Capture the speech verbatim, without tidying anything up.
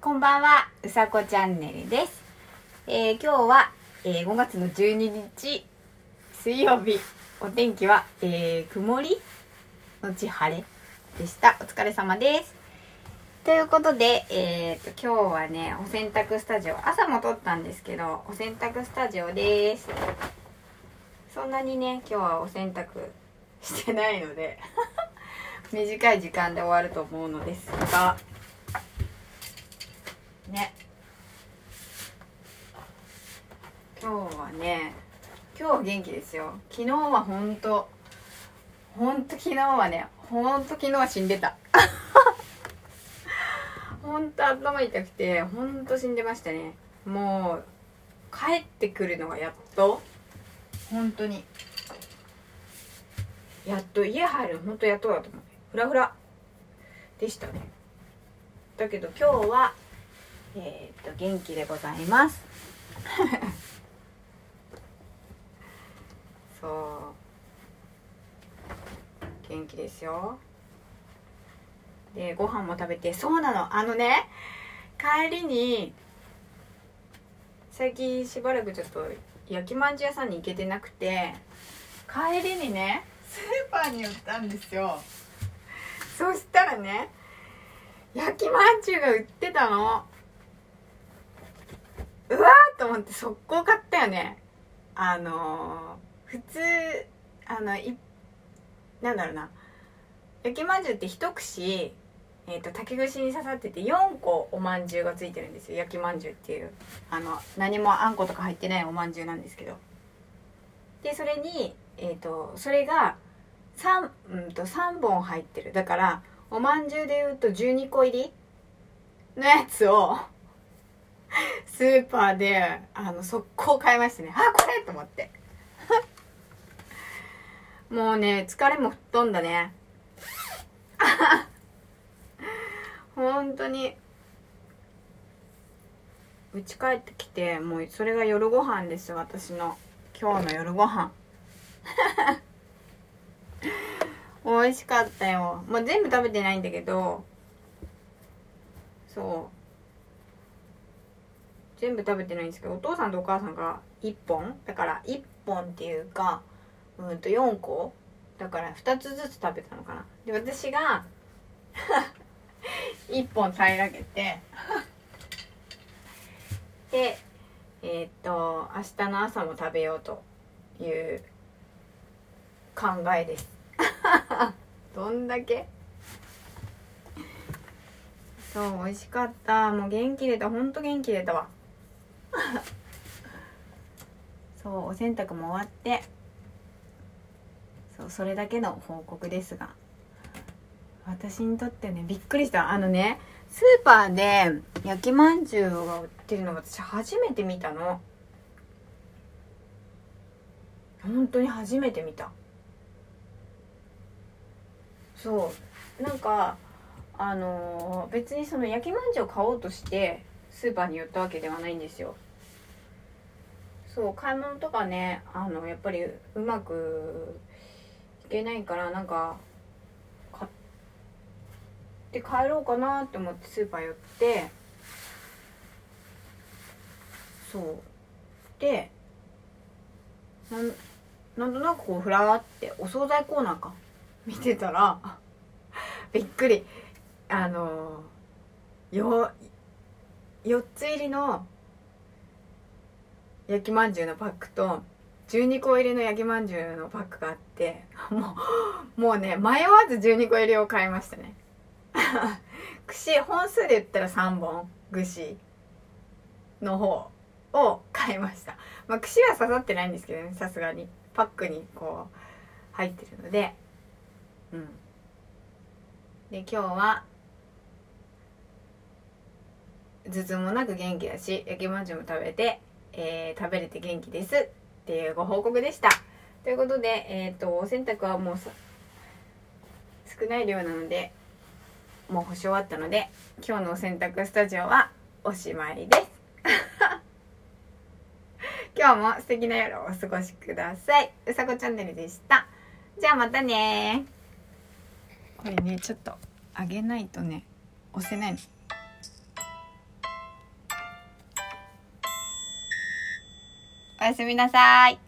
こんばんは、うさこチャンネルです。えー、今日は、えー、ごがつのじゅうににち水曜日、お天気は、えー、曇りのち晴れでした。お疲れ様です。ということで、えー、と今日はね、お洗濯スタジオ、朝も撮ったんですけど、お洗濯スタジオです。そんなにね、今日はお洗濯してないので短い時間で終わると思うのですがね、今日はね、今日は元気ですよ。昨日はほんとほんと昨日はねほんと昨日は死んでたほんと頭痛くてほんと死んでましたね。もう帰ってくるのがやっとほんとにやっと家入るのほんとやっとだと思う。フラフラでしたね。だけど今日はえー、っと元気でございますそう元気ですよ。でご飯も食べて、そうなの、あのね、帰りに最近しばらくちょっと焼きまんじゅう屋さんに行けてなくて、帰りにねスーパーに寄ったんですよ。そしたらね、焼きまんじゅうが売ってたの。うわーと思って速攻買ったよね。あのー、普通あのいなんだろうな、焼きまんじゅうって一串、えー、と竹串に刺さっててよんこおまんじゅうがついてるんですよ。焼きまんじゅうっていう、あの何もあんことか入ってないおまんじゅうなんですけど、でそれに、えー、とそれが 3, うんとさんぼん入ってる。だからおまんじゅうでいうとじゅうにこ入りのやつをスーパーであの速攻買いましたね。あ、これと思ってもうね、疲れも吹っ飛んだね本当に家帰ってきて、もうそれが夜ご飯です。私の今日の夜ご飯美味しかったよ。もう全部食べてないんだけど、そう全部食べてないんですけど、お父さんとお母さんがいっぽんだからいっぽんっていうか、うんとよんこだからふたつずつ食べたのかな。で私がいっぽん平らげてでえー、っと明日の朝も食べようという考えですどんだけそう美味しかった。もう元気出た、ほんと元気出たわそうお洗濯も終わって、そうそれだけの報告ですが、私にとってねびっくりした。あのね、スーパーで焼きまんじゅうが売ってるの私初めて見たの。本当に初めて見た。そうなんかあのー、別にその焼きまんじゅうを買おうとしてスーパーに寄ったわけではないんですよ。そう買い物とかね、あのやっぱりうまくいけないから、なんか買って帰ろうかなって思ってスーパー寄って、そうでなんなんとなくこうふらーってお惣菜コーナーか見てたらびっくり、あのよよっつ入りの焼きまんじゅうのパックとじゅうにこ入りの焼きまんじゅうのパックがあって、もうもうね迷わずじゅうにこ入りを買いましたね串本数で言ったらさんぼん串の方を買いました。まあ串は刺さってないんですけどね、さすがにパックにこう入ってるので、うんで今日は頭痛もなく元気だし、焼きまんじゅうも食べて、えー、食べれて元気ですっていうご報告でした。ということで、えっとお洗濯はもう少ない量なのでもう干し終わったので、今日のお洗濯スタジオはおしまいです今日も素敵な夜をお過ごしください。うさこチャンネルでした。じゃあまたね。これねちょっと上げないとね押せないの。 おやすみなさい。